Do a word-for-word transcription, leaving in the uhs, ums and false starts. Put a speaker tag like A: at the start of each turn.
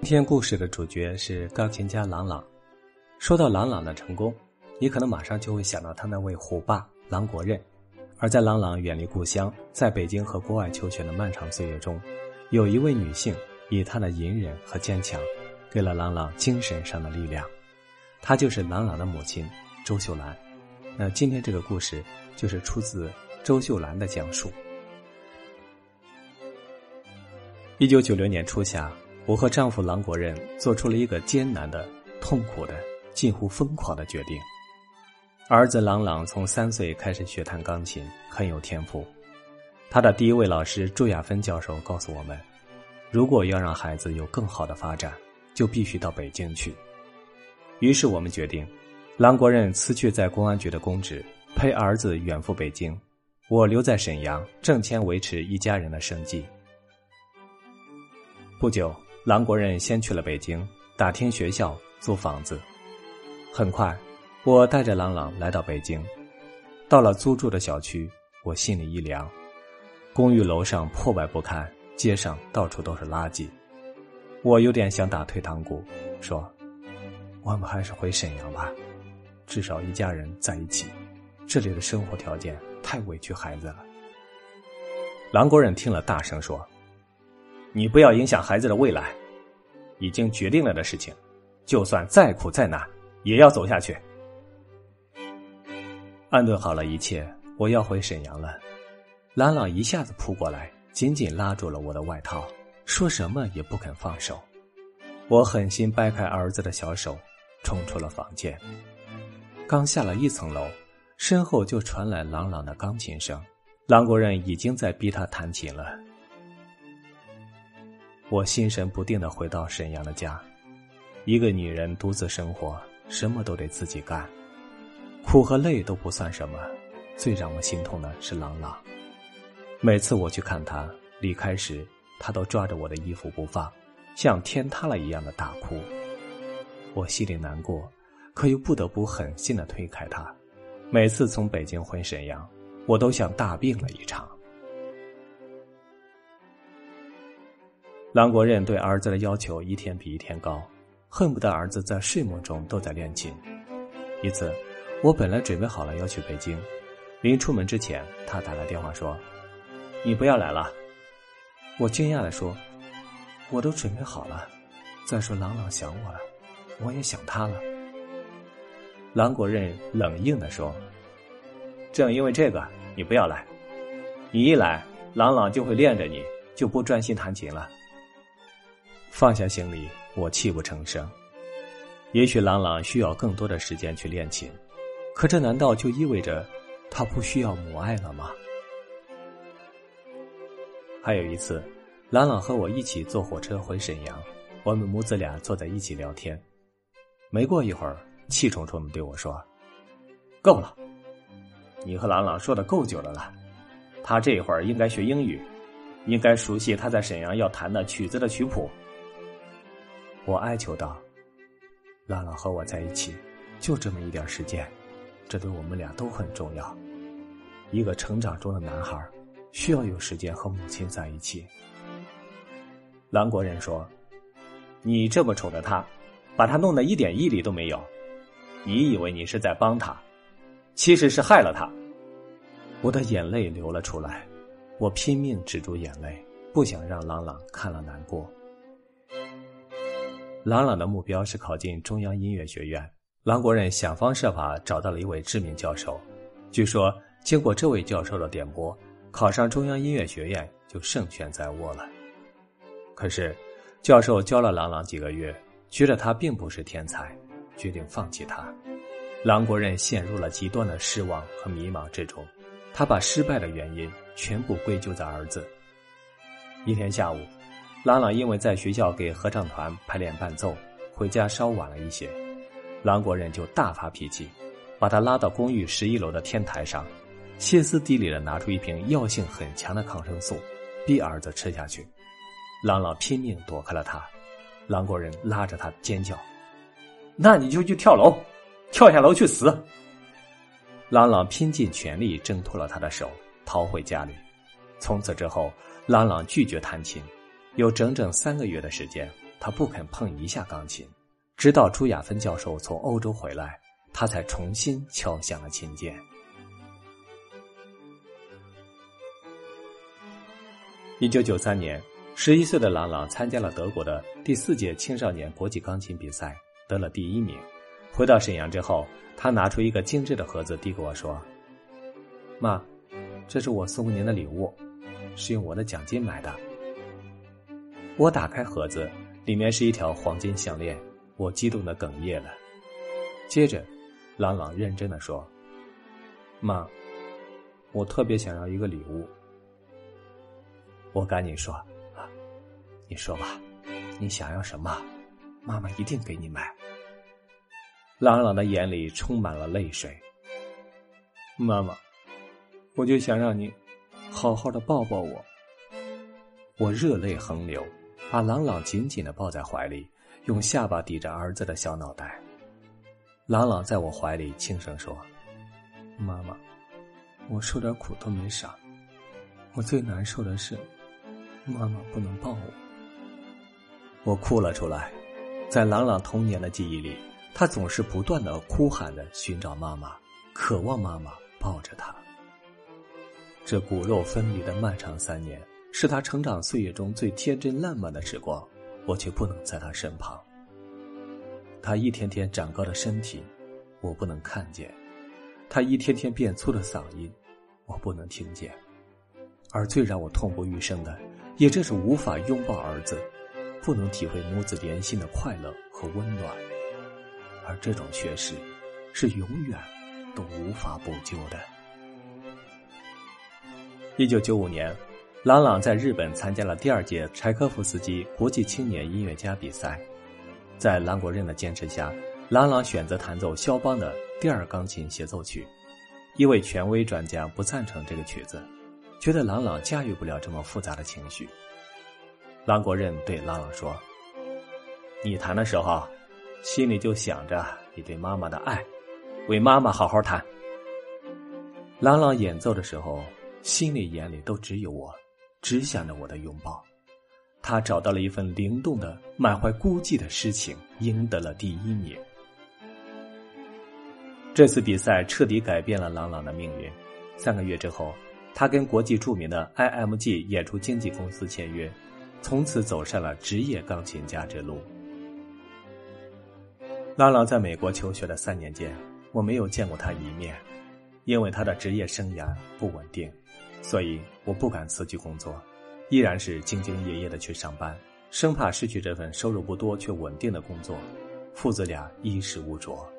A: 天故事的主角是钢琴家郎朗。说到郎朗的成功，你可能马上就会想到他那位虎爸郎国任。而在郎朗远离故乡，在北京和国外求学的漫长岁月中，有一位女性以她的隐忍和坚强，给了郎朗精神上的力量。她就是郎朗的母亲周秀兰。那今天这个故事就是出自周秀兰的讲述。一九九六年初夏，我和丈夫郎国任做出了一个艰难的、痛苦的、近乎疯狂的决定。儿子郎朗从三岁开始学弹钢琴，很有天赋。他的第一位老师朱亚芬教授告诉我们，如果要让孩子有更好的发展，就必须到北京去。于是我们决定，郎国任辞去在公安局的公职，陪儿子远赴北京，我留在沈阳挣钱维持一家人的生计。不久，郎国任先去了北京，打听学校，租房子。很快，我带着郎朗来到北京。到了租住的小区，我心里一凉。公寓楼上破败不堪，街上到处都是垃圾。我有点想打退堂鼓，说我们还是回沈阳吧，至少一家人在一起，这里的生活条件太委屈孩子了。郎国任听了大声说，你不要影响孩子的未来，已经决定了的事情，就算再苦再难也要走下去。安顿好了一切，我要回沈阳了。郎朗一下子扑过来，紧紧拉住了我的外套，说什么也不肯放手。我狠心掰开儿子的小手，冲出了房间。刚下了一层楼，身后就传来郎朗的钢琴声，郎国任已经在逼他弹琴了。我心神不定地回到沈阳的家，一个女人独自生活，什么都得自己干，苦和累都不算什么，最让我心痛的是郎朗。每次我去看他，离开时他都抓着我的衣服不放，像天塌了一样的大哭。我心里难过，可又不得不狠心地推开他。每次从北京回沈阳，我都像大病了一场。郎国任对儿子的要求一天比一天高，恨不得儿子在睡梦中都在练琴。一次，我本来准备好了要去北京，临出门之前，他打来电话说，你不要来了。我惊讶地说，我都准备好了，再说郎朗想我了，我也想他了。郎国任冷硬地说，正因为这个，你不要来，你一来，郎朗就会恋着你，就不专心弹琴了。放下行李，我泣不成声。也许郎朗需要更多的时间去练琴，可这难道就意味着他不需要母爱了吗？还有一次，郎朗和我一起坐火车回沈阳，我们母子俩坐在一起聊天。没过一会儿，气冲冲地对我说，够了，你和郎朗说的够久的了，他这会儿应该学英语，应该熟悉他在沈阳要弹的曲子的曲谱。我哀求道，郎朗和我在一起就这么一点时间，这对我们俩都很重要。一个成长中的男孩需要有时间和母亲在一起。郎国任说，你这么宠着他，把他弄得一点毅力都没有，你以为你是在帮他，其实是害了他。我的眼泪流了出来，我拼命止住眼泪，不想让郎朗看了难过。郎朗的目标是考进中央音乐学院，郎国任想方设法找到了一位知名教授，据说经过这位教授的点拨，考上中央音乐学院就胜券在握了。可是教授教了郎朗几个月，觉得他并不是天才，决定放弃他。郎国任陷入了极端的失望和迷茫之中，他把失败的原因全部归咎在儿子。一天下午，郎朗因为在学校给合唱团排练伴奏，回家稍晚了一些，郎国任就大发脾气，把他拉到公寓十一楼的天台上，歇斯底里地拿出一瓶药性很强的抗生素，逼儿子吃下去。郎朗拼命躲开了他，郎国任拉着他尖叫，那你就去跳楼，跳下楼去死。郎朗拼尽全力挣脱了他的手，逃回家里。从此之后，郎朗拒绝弹琴，有整整三个月的时间， 他不肯碰一下钢琴，直到朱亚芬教授从欧洲回来，他才重新敲响了琴键。一九九三年，十一岁的郎朗参加了德国的第四届青少年国际钢琴比赛，得了第一名。回到沈阳之后，他拿出一个精致的盒子递给我说：“妈，这是我送给您的礼物，是用我的奖金买的。”我打开盒子，里面是一条黄金项链，我激动得哽咽了。接着，郎朗认真地说：“妈，我特别想要一个礼物。”我赶紧说：“啊，你说吧，你想要什么？妈妈一定给你买。”郎朗的眼里充满了泪水。妈妈，我就想让你好好的抱抱我。我热泪横流，把郎朗紧紧地抱在怀里，用下巴抵着儿子的小脑袋。郎朗在我怀里轻声说：“妈妈，我受点苦都没啥，我最难受的是妈妈不能抱我。”我哭了出来。在郎朗童年的记忆里，他总是不断地哭喊着寻找妈妈，渴望妈妈抱着他。这骨肉分离的漫长三年，是他成长岁月中最天真烂漫的时光，我却不能在他身旁。他一天天长高的身体，我不能看见；他一天天变粗的嗓音，我不能听见。而最让我痛不欲生的，也正是无法拥抱儿子，不能体会母子连心的快乐和温暖。而这种缺失，是永远都无法补救的。一九九五年，郎朗在日本参加了第二届柴可夫斯基国际青年音乐家比赛。在郎国任的坚持下，郎朗选择弹奏肖邦的第二钢琴协奏曲。一位权威专家不赞成这个曲子，觉得郎朗驾驭不了这么复杂的情绪。郎国任对郎朗说：“你弹的时候，心里就想着你对妈妈的爱，为妈妈好好弹。”郎朗演奏的时候，心里眼里都只有我，只想着我的拥抱。他找到了一份灵动的、满怀孤寂的诗情，赢得了第一名。这次比赛彻底改变了郎朗的命运。三个月之后，他跟国际著名的 I M G 演出经纪公司签约，从此走上了职业钢琴家之路。郎朗在美国求学的三年间，我没有见过他一面，因为他的职业生涯不稳定，所以我不敢辞去工作，依然是兢兢业业地去上班，生怕失去这份收入不多却稳定的工作，父子俩衣食无着。